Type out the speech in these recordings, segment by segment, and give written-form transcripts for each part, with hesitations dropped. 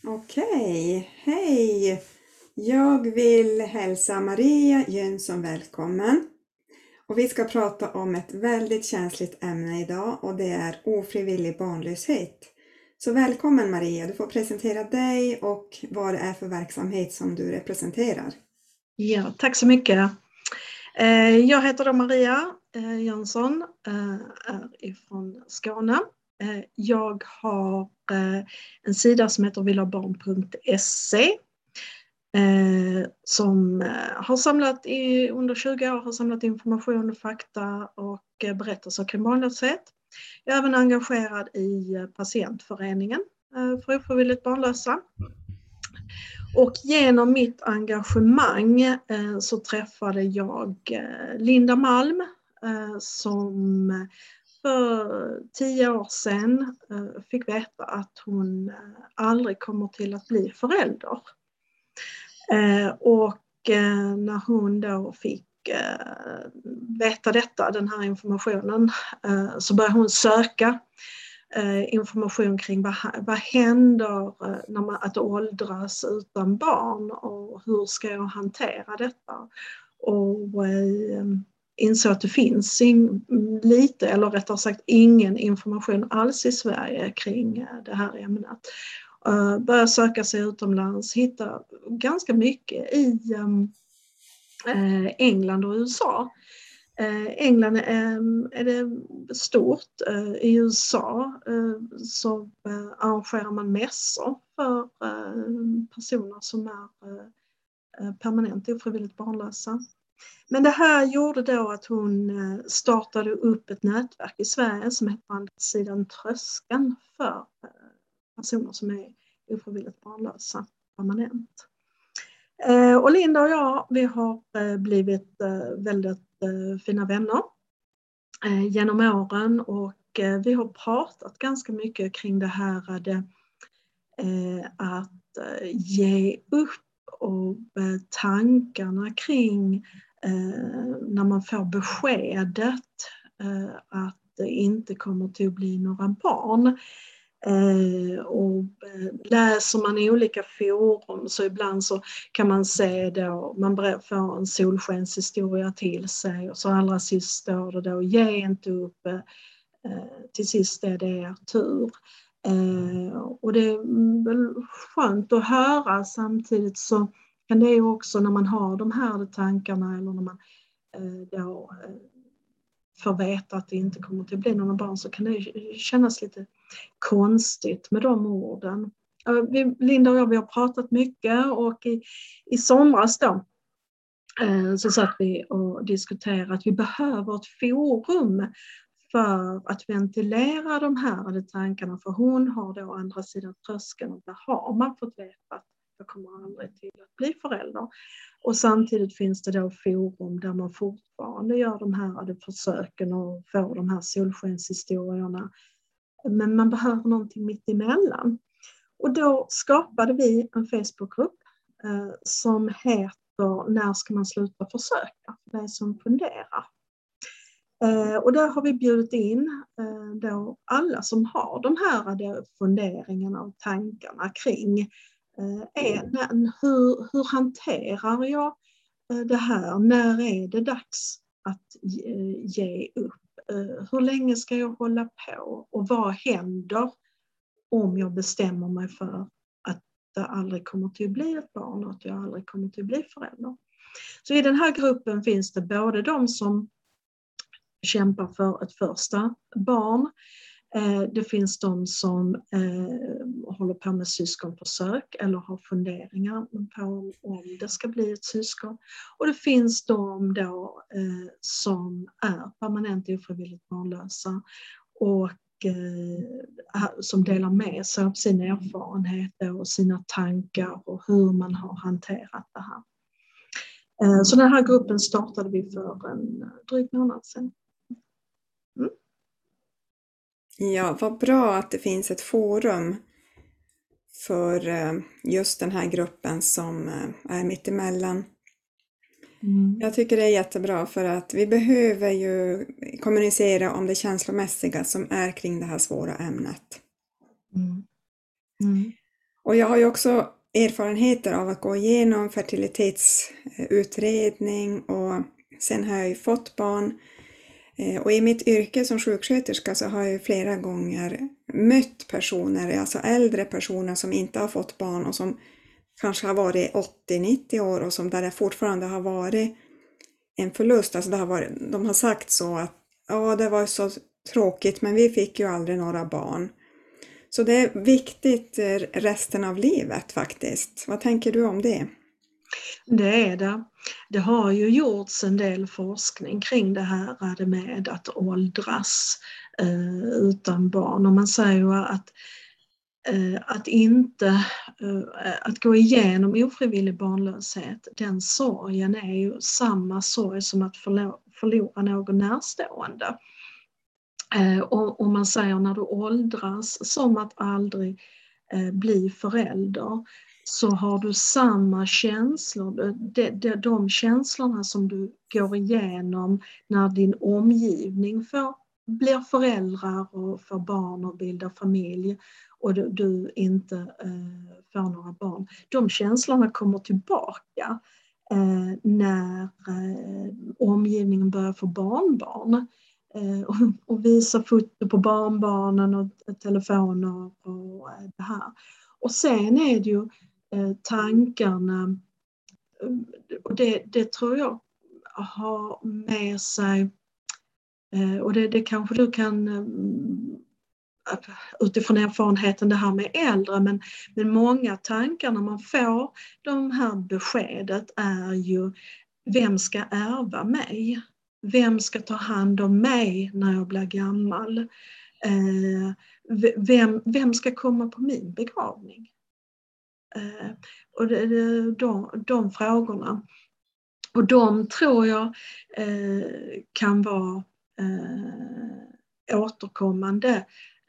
Okej, hej! Jag vill hälsa Maria Jönsson välkommen. Och vi ska prata om ett väldigt känsligt ämne idag och det är ofrivillig barnlöshet. Så välkommen Maria, du får presentera dig och vad det är för verksamhet som du representerar. Ja, tack så mycket. Jag heter då Maria Jönsson, är ifrån Skåne. Jag har en sida som heter villabarn.se som har samlat under 20 år har samlat information, fakta och berättelser kring barnlöshet. Jag är även engagerad i patientföreningen för ofrivilligt barnlösa. Och genom mitt engagemang så träffade jag Linda Malm som för 10 år sedan fick veta att hon aldrig kommer till att bli förälder. Och när hon då fick veta detta, den här informationen, så började hon söka information kring vad händer när man att åldras utan barn och hur ska jag hantera detta, och insåg att det finns lite, eller rättare sagt ingen information alls i Sverige kring det här ämnet. Börja söka sig utomlands, hitta ganska mycket i England och USA. England är det stort. I USA så arrangerar man mässor för personer som är permanent ofrivilligt barnlösa. Men det här gjorde då att hon startade upp ett nätverk i Sverige som heter Andra sidan tröskeln för personer som är ofrivilligt barnlösa permanent. Och Linda och jag, vi har blivit väldigt fina vänner genom åren, och vi har pratat ganska mycket kring det här att ge upp och tankarna kring när man får beskedet att det inte kommer till att bli några barn. Och läser man i olika forum så ibland så kan man se då, man får en solskenshistoria till sig, och så allra sist står det då: ge inte upp, till sist är det er tur. Och det är väl skönt att höra. Samtidigt så kan det ju också, när man har de här tankarna, eller när man då får veta att det inte kommer till att bli några barn, så kan det kännas lite konstigt med de orden. Linda och jag, vi har pratat mycket, och i somras då så satt vi och diskuterade att vi behöver ett forum för att ventilera de här tankarna, för hon har då andra sidan tröskeln, och där har man fått veta att jag kommer aldrig till att bli förälder. Och samtidigt finns det då forum där man fortfarande gör de här försöken och får de här solskenshistorierna. Men man behöver någonting mitt emellan. Och då skapade vi en Facebookgrupp som heter När ska man sluta försöka? För dig som funderar. Och där har vi bjudit in då alla som har de här funderingarna och tankarna kring hur hanterar jag det här? När är det dags att ge upp? Hur länge ska jag hålla på? Och vad händer om jag bestämmer mig för att det aldrig kommer till att bli ett barn och att jag aldrig kommer till att bli förälder? Så i den här gruppen finns det både de som kämpar för ett första barn. Det finns de som håller på med syskonförsök eller har funderingar på om det ska bli ett syskon. Och det finns de då som är permanent ofrivilligt barnlösa och som delar med sig av sina erfarenheter och sina tankar och hur man har hanterat det här. Så den här gruppen startade vi för en dryg månad sedan. Mm. Ja, vad bra att det finns ett forum för just den här gruppen som är mittemellan. Jag tycker det är jättebra, för att vi behöver ju kommunicera om det känslomässiga som är kring det här svåra ämnet. Och jag har ju också erfarenheter av att gå igenom fertilitetsutredning och sen har jag ju fått barn. Och i mitt yrke som sjuksköterska så har jag ju flera gånger mött personer, alltså äldre personer som inte har fått barn och som kanske har varit 80-90 år och som där det fortfarande har varit en förlust. Alltså de har sagt så att ja, det var så tråkigt men vi fick ju aldrig några barn. Så det är viktigt resten av livet faktiskt. Vad tänker du om det? Det är det. Det har ju gjorts en del forskning kring det här med att åldras utan barn. Och man säger ju att gå igenom ofrivillig barnlöshet, den sorgen är ju samma sorg som att förlora någon närstående. Och man säger när du åldras som att aldrig bli förälder, så har du samma känslor, de känslorna som du går igenom när din omgivning blir föräldrar och får barn och bildar familj och du inte får några barn. De känslorna kommer tillbaka när omgivningen börjar få barnbarn. Och visa foto på barnbarnen och telefoner och det här. Och sen är det ju tankarna, och det tror jag har med sig, och det kanske du kan utifrån erfarenheten det här med äldre, men många tankar när man får de här beskedet är ju: vem ska ärva mig? Vem ska ta hand om mig när jag blir gammal? Vem ska komma på min begravning? Och de frågorna. Och de tror jag kan vara återkommande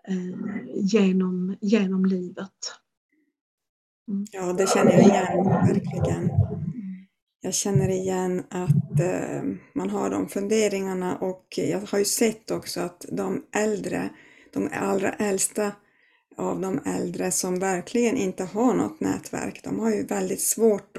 genom livet. Mm. Ja, det känner jag igen verkligen. Jag känner igen att man har de funderingarna och jag har ju sett också att de allra äldsta av de äldre som verkligen inte har något nätverk, de har ju väldigt svårt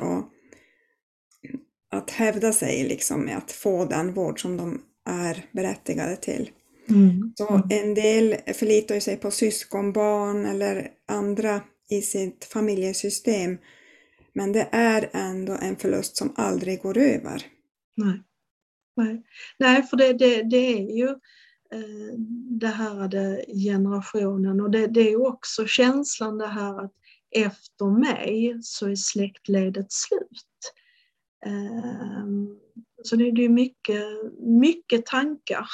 att hävda sig liksom med att få den vård som de är berättigade till. Så en del förlitar sig på syskonbarn eller andra i sitt familjesystem. Men det är ändå en förlust som aldrig går över. Nej, för det är ju det här generationen, och det är ju också känslan det här att efter mig så är släktledet slut. Så det är mycket tankar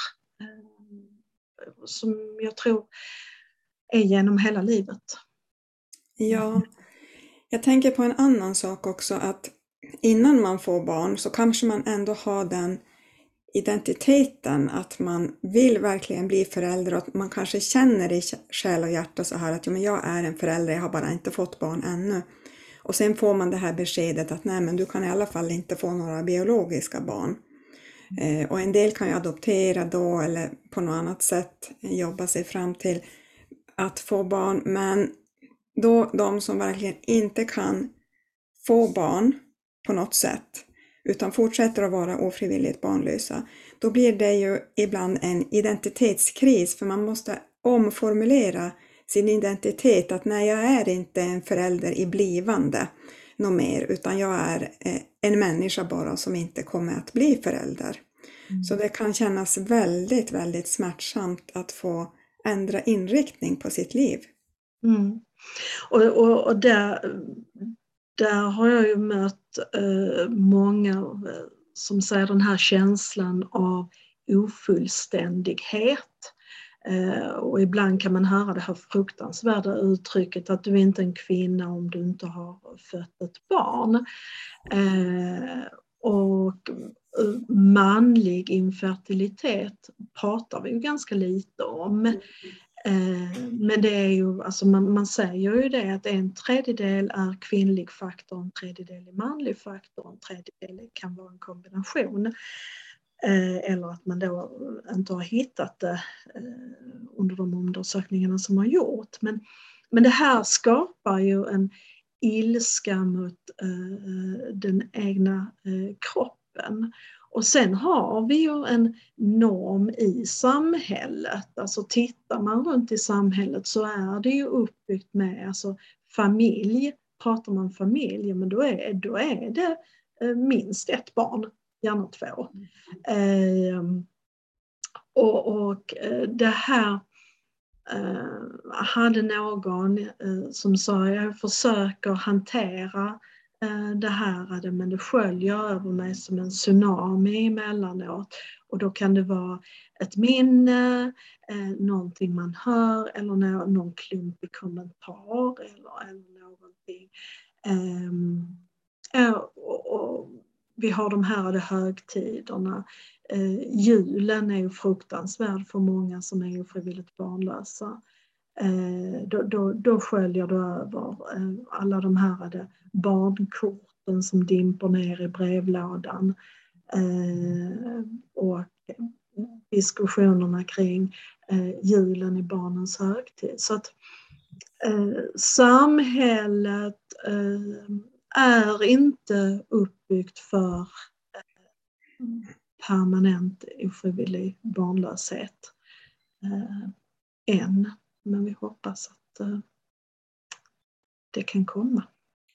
som jag tror är genom hela livet. Ja, jag tänker på en annan sak också, att innan man får barn så kanske man ändå har den identiteten att man vill verkligen bli förälder och att man kanske känner i själ och hjärta så här att men jag är en förälder, jag har bara inte fått barn ännu. Och sen får man det här beskedet att nej, men du kan i alla fall inte få några biologiska barn. Och en del kan ju adoptera då eller på något annat sätt jobba sig fram till att få barn. Men då de som verkligen inte kan få barn på något sätt utan fortsätter att vara ofrivilligt barnlösa, då blir det ju ibland en identitetskris, för man måste omformulera sin identitet att nej, jag är inte en förälder i blivande något mer, utan jag är en människa bara som inte kommer att bli förälder. Så det kan kännas väldigt, väldigt smärtsamt att få ändra inriktning på sitt liv. Och där har jag ju mött många som säger den här känslan av ofullständighet. Och ibland kan man höra det här fruktansvärda uttrycket att du är inte en kvinna om du inte har fött ett barn. Och manlig infertilitet pratar vi ju ganska lite om. Men det är ju, alltså man säger ju det att 1/3 är kvinnlig faktor, 1/3 är manlig faktor, 1/3 kan vara en kombination. Eller att man då inte har hittat det under de undersökningarna som har gjort. Men det här skapar ju en ilska mot den egna kroppen. Och sen har vi ju en norm i samhället. Alltså tittar man runt i samhället så är det ju uppbyggt med alltså familj. Pratar man familj, men då är det minst ett barn, gärna 2. Och det här hade någon som sa jag försöker hantera det här men det sköljer över mig som en tsunami emellanåt och då kan det vara ett minne, någonting man hör eller någon klumpig kommentar eller någonting. Och vi har de här högtiderna. Julen är ju fruktansvärd för många som är ofrivilligt barnlösa. Då sköljer det över alla de här barnkorten som dimper ner i brevlådan och diskussionerna kring julen i barnens högtid. Så att samhället är inte uppbyggt för permanent ofrivillig barnlöshet än. Men vi hoppas att det kan komma.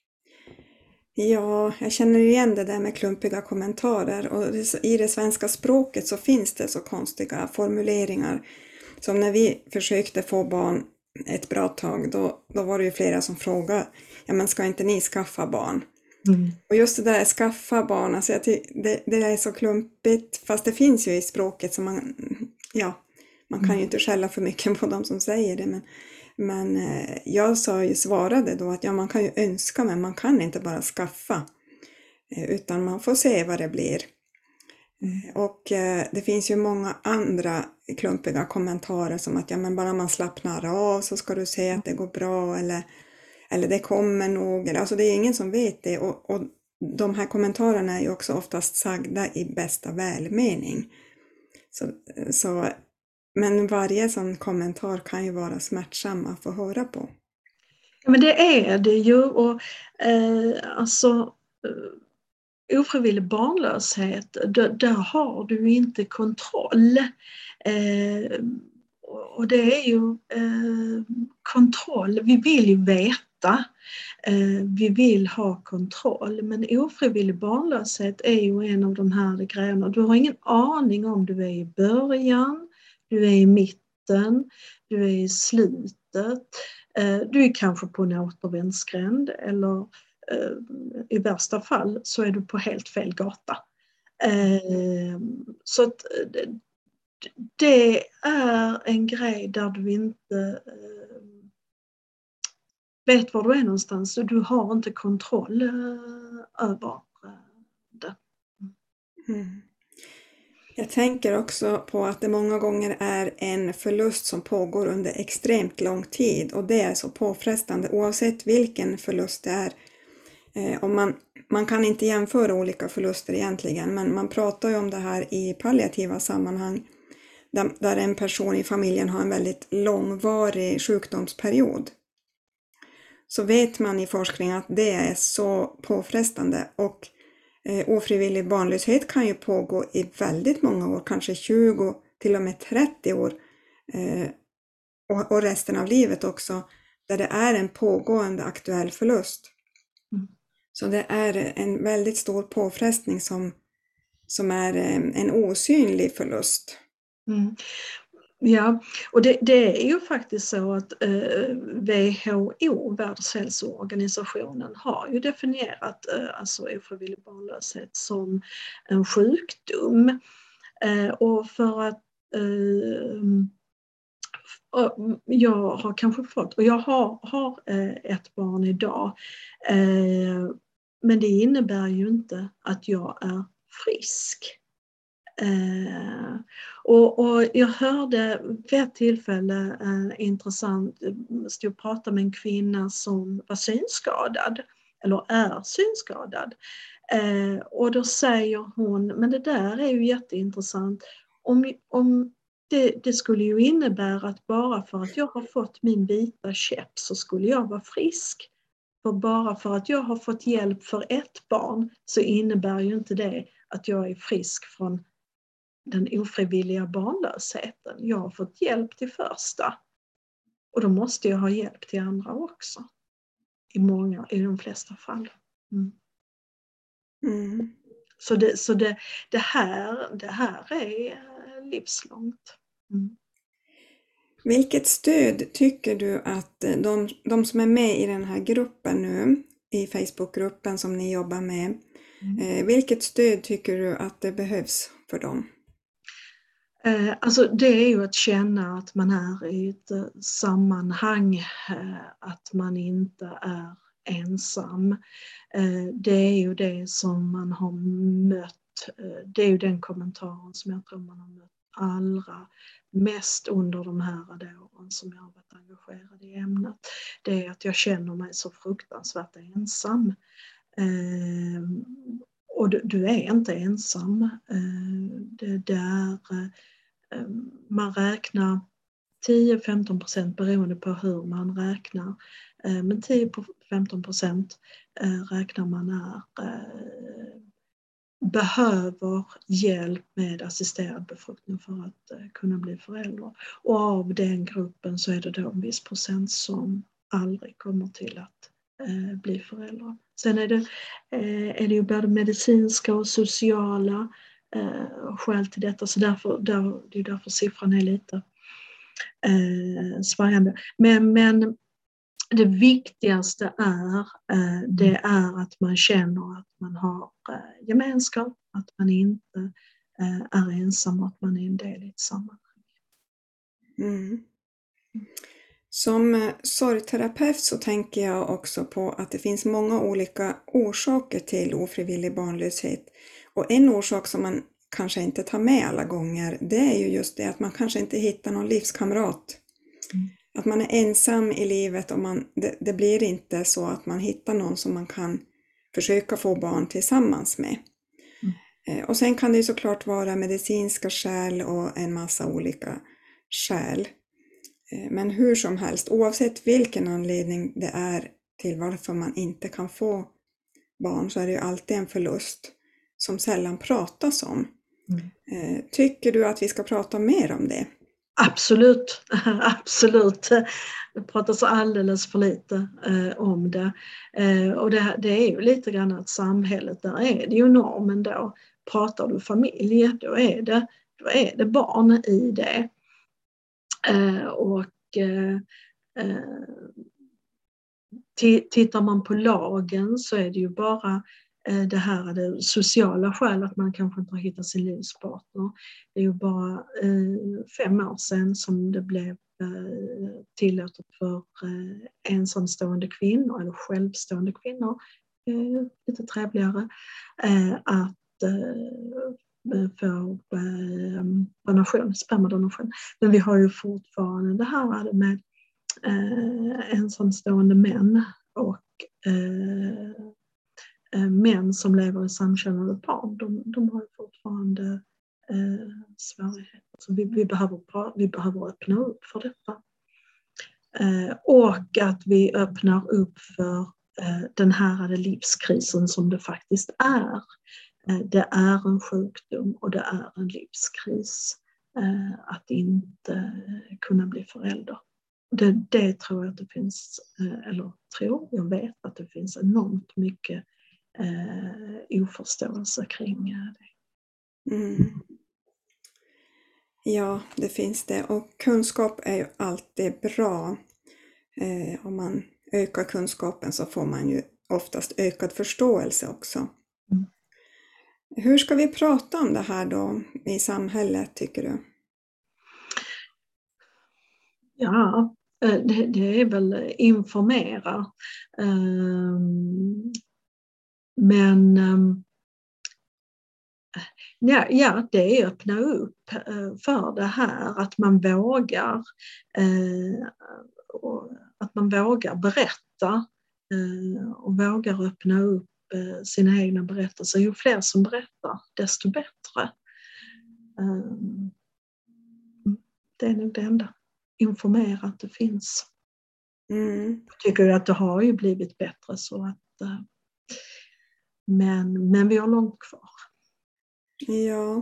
Ja, jag känner igen det där med klumpiga kommentarer och i det svenska språket så finns det så konstiga formuleringar. Som när vi försökte få barn ett bra tag, då var det ju flera som frågade, ja men ska inte ni skaffa barn? Och just det där skaffa barn, alltså det är så klumpigt, fast det finns ju i språket så man kan ju inte skälla för mycket på dem som säger det, men jag svarade då att ja, man kan ju önska men man kan inte bara skaffa utan man får se vad det blir. Och det finns ju många andra klumpiga kommentarer som att ja men bara man slappnar av så ska du se att det går bra eller det kommer nog, alltså det är ingen som vet det och de här kommentarerna är ju också oftast sagda i bästa välmening. Så men varje sån kommentar kan ju vara smärtsam att få höra på. Ja, men det är det ju och ofrivillig barnlöshet, där har du inte kontroll. Och det är ju kontroll, vi vill ju veta, vi vill ha kontroll, men ofrivillig barnlöshet är ju en av de här grejerna. Du har ingen aning om du är i början, du är i mitten, du är i slutet, du är kanske på en återvändsgränd eller i värsta fall så är du på helt fel gata. Så att det är en grej där du inte vet var du är någonstans och du har inte kontroll över det. Jag tänker också på att det många gånger är en förlust som pågår under extremt lång tid och det är så påfrestande oavsett vilken förlust det är. Och man kan inte jämföra olika förluster egentligen, men man pratar ju om det här i palliativa sammanhang där en person i familjen har en väldigt långvarig sjukdomsperiod. Så vet man i forskning att det är så påfrestande och ofrivillig barnlöshet kan ju pågå i väldigt många år, kanske 20 till och med 30 år och resten av livet också, där det är en pågående aktuell förlust. Så det är en väldigt stor påfrestning som är en osynlig förlust. Ja, och det är ju faktiskt så att WHO, Världshälsoorganisationen, har ju definierat alltså ofrivillig barnlöshet som en sjukdom. Och för att jag har kanske fått, och jag har ett barn idag, men det innebär ju inte att jag är frisk. Och jag hörde vid ett tillfälle intressant, stod och pratade med en kvinna som var synskadad eller är synskadad, och då säger hon, men det där är ju jätteintressant, om det skulle ju innebära att bara för att jag har fått min vita käpp så skulle jag vara frisk. För bara för att jag har fått hjälp för ett barn så innebär ju inte det att jag är frisk från den ofrivilliga barnlösheten. Jag har fått hjälp till första. Och då måste jag ha hjälp till andra också. I de flesta fall. Mm. Mm. Så det här är livslångt. Mm. Vilket stöd tycker du att de som är med i den här gruppen nu, i Facebookgruppen som ni jobbar med, vilket stöd tycker du att det behövs för dem? Alltså det är ju att känna att man är i ett sammanhang, att man inte är ensam. Det är ju det som man har mött, det är ju den kommentaren som jag tror man har mött allra mest under de här åren som jag har varit engagerad i ämnet. Det är att jag känner mig så fruktansvärt ensam. Och du är inte ensam. Man räknar 10-15% beroende på hur man räknar. Men 10-15% räknar man behöver hjälp med assisterad befruktning för att kunna bli förälder. Och av den gruppen så är det då en viss procent som aldrig kommer till att bli föräldrar. Sen är det ju både medicinska och sociala skäl till detta, så det är därför siffran är lite svajande. Men det viktigaste det är att man känner att man har gemenskap, att man inte är ensam, att man är en del i ett sammanhang. Mm. Som sorgterapeut så tänker jag också på att det finns många olika orsaker till ofrivillig barnlöshet. Och en orsak som man kanske inte tar med alla gånger, det är ju just det att man kanske inte hittar någon livskamrat. Att man är ensam i livet och det blir inte så att man hittar någon som man kan försöka få barn tillsammans med. Och sen kan det ju såklart vara medicinska skäl och en massa olika skäl. Men hur som helst, oavsett vilken anledning det är till varför man inte kan få barn, så är det ju alltid en förlust som sällan pratas om. Tycker du att vi ska prata mer om det? Absolut, absolut. Det pratas alldeles för lite om det. Och det är ju lite grann att samhället, där är det ju normen då. Pratar du familj, då är det barn i det. Tittar man på lagen så är det ju bara det sociala skäl att man kanske inte har hittat sin livspartner. Det är ju bara 5 år sedan som det blev tillåtet för ensamstående kvinnor eller självstående kvinnor, lite trevligare, att få spermadonation. Men vi har ju fortfarande det här med ensamstående män och män som lever i samkönade par. De har ju fortfarande svårigheter. Så vi behöver öppna upp för detta. Och att vi öppnar upp för den här livskrisen som det faktiskt är. Det är en sjukdom och det är en livskris att inte kunna bli förälder. Det tror jag att det finns, jag vet att det finns enormt mycket oförståelse kring det. Ja, det finns det, och kunskap är ju alltid bra. Om man ökar kunskapen så får man ju oftast ökad förståelse också. Hur ska vi prata om det här då i samhället, tycker du? Ja, det är väl informera. Men det är öppna upp för det här, att man vågar berätta och vågar öppna upp sina egna berättelser. Ju fler som berättar, desto bättre. Det är nog det enda. Informera att det finns. Mm. Jag tycker ju att det har ju blivit bättre så att men vi har långt kvar. Ja,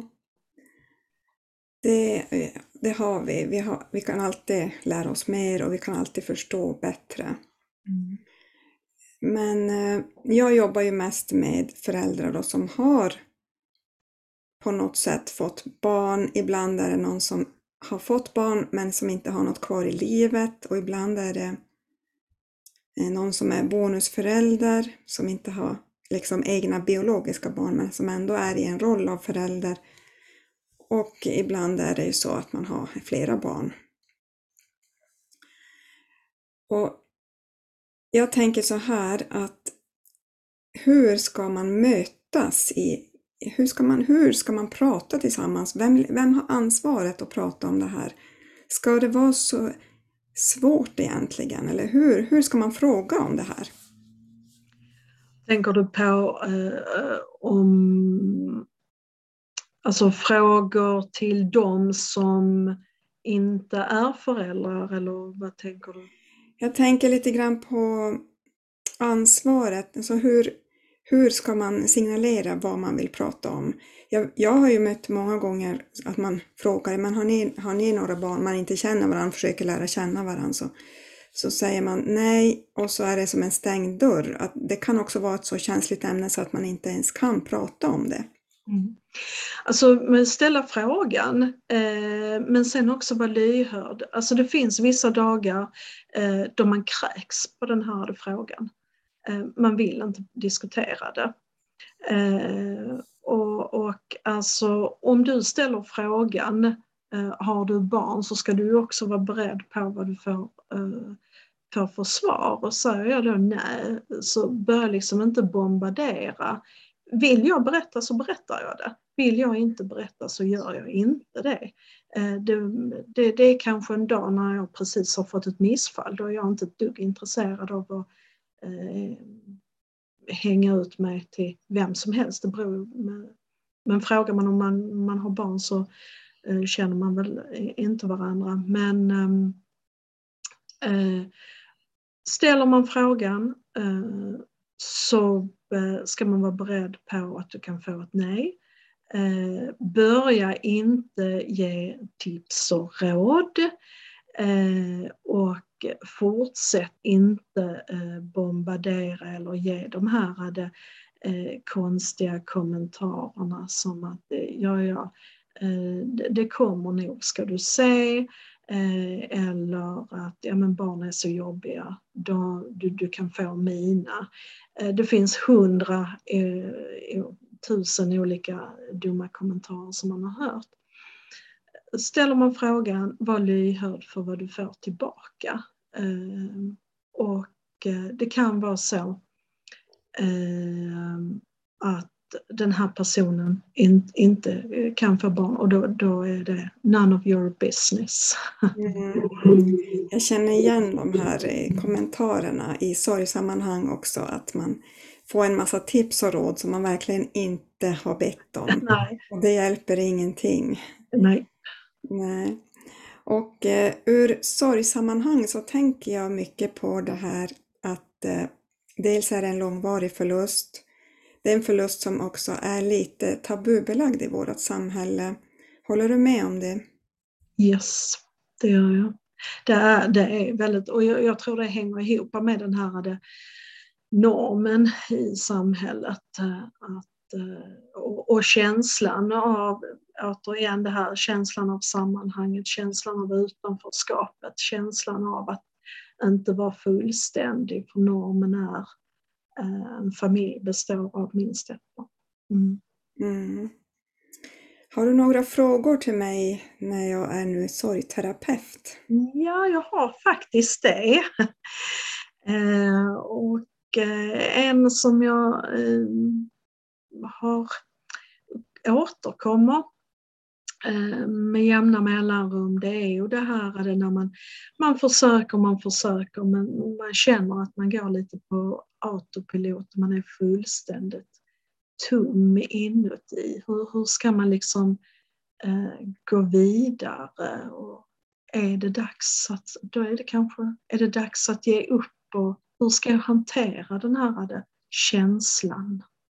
det har vi. Vi kan alltid lära oss mer och vi kan alltid förstå bättre. Mm. Men jag jobbar ju mest med föräldrar då, som har på något sätt fått barn. Ibland är det någon som har fått barn men som inte har något kvar i livet, och ibland är det någon som är bonusförälder som inte har liksom egna biologiska barn men som ändå är i en roll av förälder. Och ibland är det ju så att man har flera barn. Och jag tänker så här att hur ska man mötas hur ska man prata tillsammans? Vem har ansvaret att prata om det här? Ska det vara så svårt egentligen? Eller hur ska man fråga om det här? Tänker du på alltså frågor till dem som inte är föräldrar, eller vad tänker du? Jag tänker lite grann på ansvaret. Alltså hur ska man signalera vad man vill prata om? Jag har ju mött många gånger att man frågar, men har ni några barn? Man inte känner varandra, försöker lära känna varandra. Så säger man nej, och så är det som en stängd dörr. Att det kan också vara ett så känsligt ämne så att man inte ens kan prata om det. Mm. Alltså ställa frågan, men sen också vara lyhörd. Alltså det finns vissa dagar då man kräks på den här frågan. Man vill inte diskutera det. Och alltså om du ställer frågan, har du barn, så ska du också vara beredd på vad du får för svar. Och säger jag då nej, så bör liksom inte bombardera. Vill jag berätta så berättar jag det. Vill jag inte berätta så gör jag inte det. Det är kanske en dag när jag precis har fått ett missfall. Då är jag inte ett dugg intresserad av att hänga ut mig till vem som helst. Det beror, men frågar man om man har barn så känner man väl inte varandra. Men ställer man frågan så ska man vara beredd på att du kan få ett nej. Börja inte ge tips och råd. Och fortsätt inte bombardera eller ge de här konstiga kommentarerna som att det kommer nog, ska du se. Eller att men barn är så jobbiga, du kan få mina. Det finns 100 000 olika dumma kommentarer som man har hört. Ställer man frågan, var lyhörd för vad du får tillbaka. Och det kan vara så att den här personen inte kan få barn, och då är det none of your business. Jag känner igen de här kommentarerna i sorgsammanhang också, att man får en massa tips och råd som man verkligen inte har bett om. Nej. Och det hjälper ingenting. Nej. Nej. Och ur sorgsammanhang så tänker jag mycket på det här att dels är det en långvarig förlust. Det är en förlust som också är lite tabubelagd i vårt samhälle. Håller du med om det? Yes, det gör jag. Det är väldigt, och jag tror det hänger ihop med den här normen i samhället. Och känslan av, återigen det här, känslan av sammanhanget, känslan av utanförskapet, känslan av att inte vara fullständig, för normen är en familj består av minst ett barn. Har du några frågor till mig när jag är nu sorgterapeut? Ja, jag har faktiskt det. Och en som jag har återkommer med jämna mellanrum, det är ju det här när man försöker, men man känner att man går lite på autopilot, man är fullständigt tom inuti. Hur ska man liksom gå vidare? Och är det dags att, då är det kanske, är det dags att ge upp, och hur ska jag hantera den här känslan?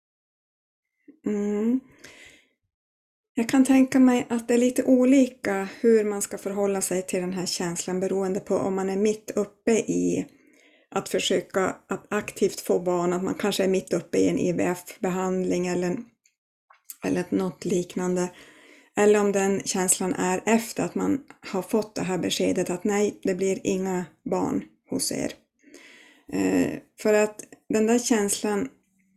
Mm. Jag kan tänka mig att det är lite olika hur man ska förhålla sig till den här känslan beroende på om man är mitt uppe i att försöka att aktivt få barn, att man kanske är mitt uppe i en IVF-behandling eller något liknande. Eller om den känslan är efter att man har fått det här beskedet att nej, det blir inga barn hos er. För att den där känslan,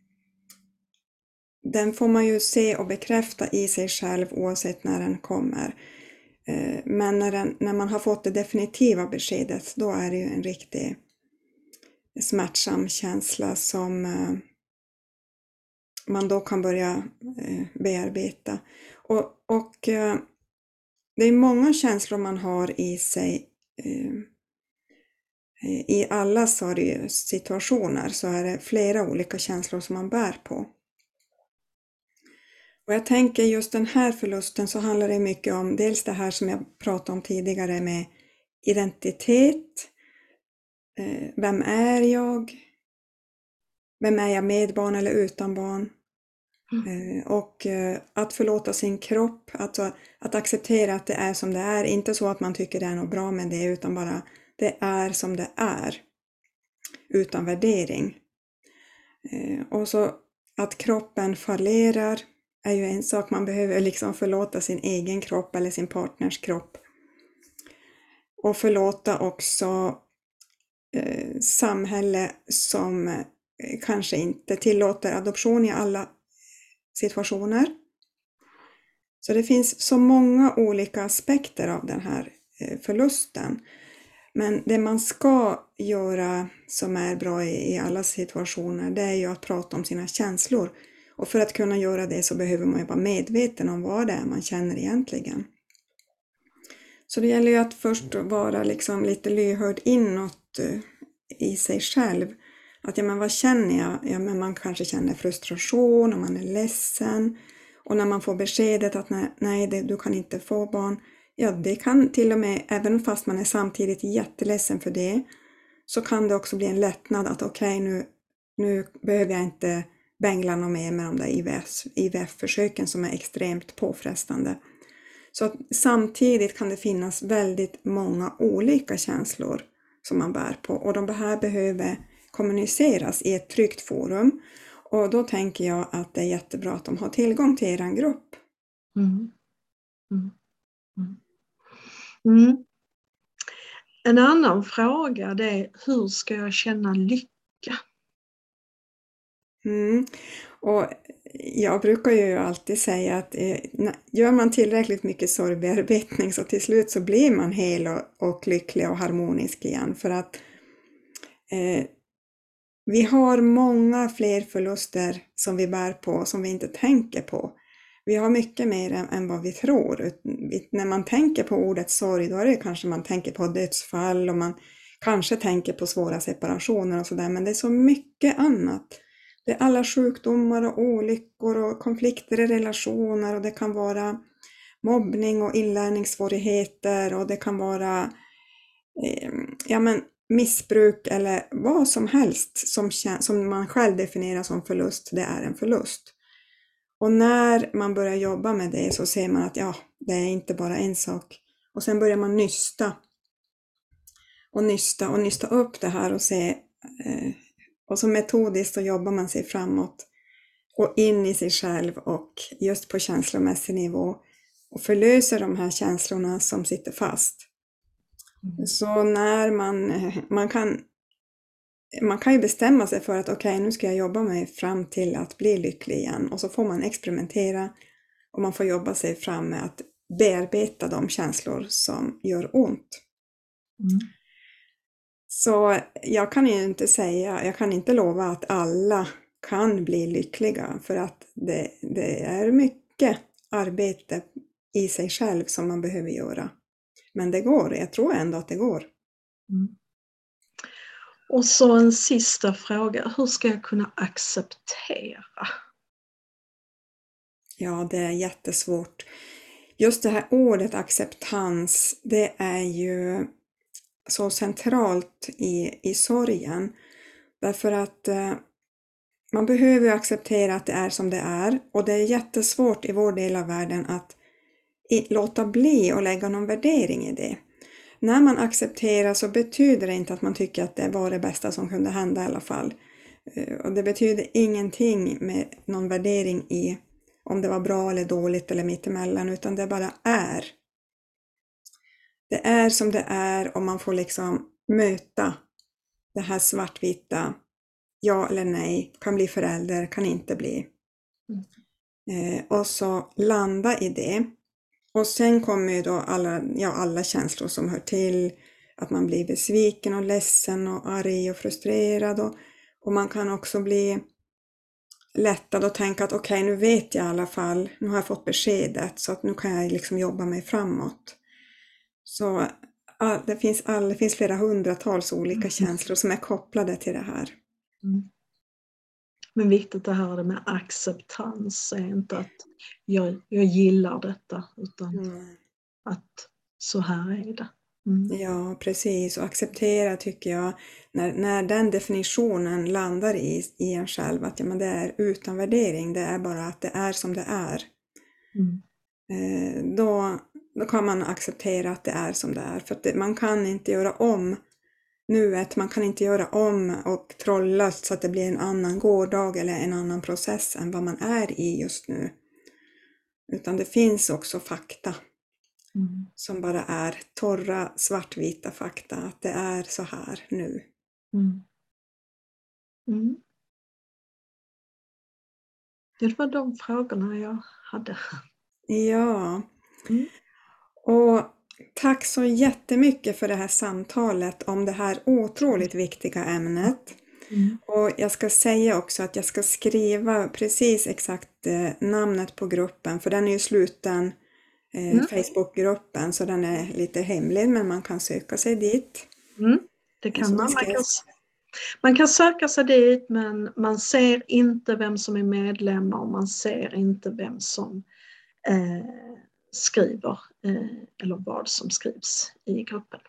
den får man ju se och bekräfta i sig själv oavsett när den kommer. Men när man har fått det definitiva beskedet, då är det ju en riktig smärtsam känsla som man då kan börja bearbeta. Och det är många känslor man har i sig. I alla sorgsituationer så är det flera olika känslor som man bär på. Och jag tänker just den här förlusten så handlar det mycket om dels det här som jag pratade om tidigare med identitet. Vem är jag? Vem är jag med barn eller utan barn? Och att förlåta sin kropp, alltså att acceptera att det är som det är. Inte så att man tycker det är något bra med det, utan bara det är som det är. Utan värdering. Och så att kroppen fallerar är ju en sak. Man behöver liksom förlåta sin egen kropp eller sin partners kropp. Och förlåta också samhälle som kanske inte tillåter adoption i alla situationer. Så det finns så många olika aspekter av den här förlusten. Men det man ska göra som är bra i alla situationer, det är ju att prata om sina känslor. Och för att kunna göra det så behöver man ju vara medveten om vad det är man känner egentligen. Så det gäller ju att först vara liksom lite lyhörd inåt i sig själv. Att ja, men vad känner jag? Ja, men man kanske känner frustration och man är ledsen. Och när man får beskedet att nej, du kan inte få barn. Ja, det kan till och med, även fast man är samtidigt jätteledsen för det, så kan det också bli en lättnad att okej, nu behöver jag inte bängla något mer med de där IVF-försöken som är extremt påfrestande. Så att samtidigt kan det finnas väldigt många olika känslor som man bär på, och de här behöver kommuniceras i ett tryggt forum. Och då tänker jag att det är jättebra att de har tillgång till er grupp. En annan fråga det är, hur ska jag känna lycka? Och jag brukar ju alltid säga att gör man tillräckligt mycket sorgbearbetning så till slut så blir man hel och lycklig och harmonisk igen. För att vi har många fler förluster som vi bär på som vi inte tänker på. Vi har mycket mer än vad vi tror. När man tänker på ordet sorg, då är det kanske man tänker på dödsfall och man kanske tänker på svåra separationer och sådär. Men det är så mycket annat. Det är alla sjukdomar och olyckor och konflikter i relationer, och det kan vara mobbning och inlärningssvårigheter, och det kan vara missbruk eller vad som helst som man själv definierar som förlust, det är en förlust. Och när man börjar jobba med det så ser man att det är inte bara en sak. Och sen börjar man nysta upp det här och se, och så metodiskt så jobbar man sig framåt och in i sig själv och just på känslomässig nivå och förlöser de här känslorna som sitter fast. Så när man kan ju bestämma sig för att okej, nu ska jag jobba mig fram till att bli lycklig igen, och så får man experimentera och man får jobba sig fram med att bearbeta de känslor som gör ont. Så jag kan inte lova att alla kan bli lyckliga, för att det är mycket arbete i sig själv som man behöver göra. Men det går, jag tror ändå att det går. Och så en sista fråga, hur ska jag kunna acceptera? Ja, det är jättesvårt. just det här ordet acceptans, det är ju så centralt i sorgen. Därför att man behöver ju acceptera att det är som det är. Och det är jättesvårt i vår del av världen att låta bli och lägga någon värdering i det. När man accepterar så betyder det inte att man tycker att det var det bästa som kunde hända i alla fall. Och det betyder ingenting med någon värdering i om det var bra eller dåligt eller mittemellan, utan det bara är. Det är som det är och man får liksom möta det här svartvita, ja eller nej, kan bli förälder, kan inte bli. Och så landa i det. Och sen kommer ju då alla känslor som hör till, att man blir besviken och ledsen och arg och frustrerad. Och man kan också bli lättad och tänka att okej, nu vet jag i alla fall, nu har jag fått beskedet så att nu kan jag liksom jobba mig framåt. Så det finns flera hundratals olika känslor som är kopplade till det här. Men viktigt det här med acceptans är inte att jag gillar detta, utan att så här är det. Ja, precis. Och acceptera tycker jag, när den definitionen landar i en själv, att men det är utan värdering, det är bara att det är som det är. Då kan man acceptera att det är som det är. För att man kan inte göra om nuet, man kan inte göra om och trolla så att det blir en annan gårdag eller en annan process än vad man är i just nu. Utan det finns också fakta. Som bara är torra, svartvita fakta. Att det är så här nu. Det var de frågorna jag hade. Ja. Och tack så jättemycket för det här samtalet om det här otroligt viktiga ämnet. Och jag ska säga också att jag ska skriva precis exakt namnet på gruppen. För den är ju sluten. Facebookgruppen, så den är lite hemlig, men man kan söka sig dit. Det kan man kan söka sig dit, men man ser inte vem som är medlem och man ser inte vem som skriver eller vad som skrivs i gruppen.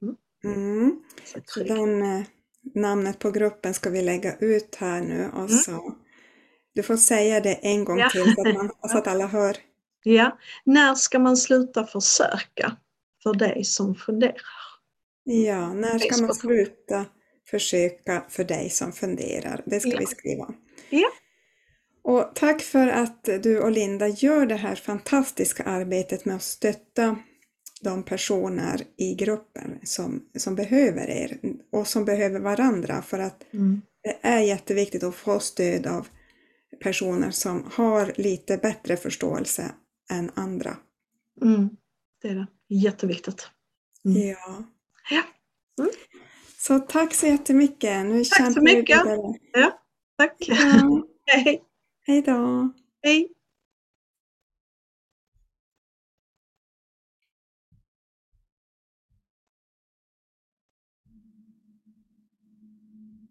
Så namnet på gruppen ska vi lägga ut här nu, och så du får säga det en gång till så att alla hör. Ja, när ska man sluta försöka för dig som funderar? Ja, när ska man sluta försöka för dig som funderar? Det ska vi skriva. Ja. Och tack för att du och Linda gör det här fantastiska arbetet med att stötta de personer i gruppen som behöver er och som behöver varandra. För att det är jätteviktigt att få stöd av personer som har lite bättre förståelse än andra. Det är det. Jätteviktigt. Ja. Så tack så jättemycket. Nu tack så mycket. Ja, tack. Ja. Hej. Hej då. Hej.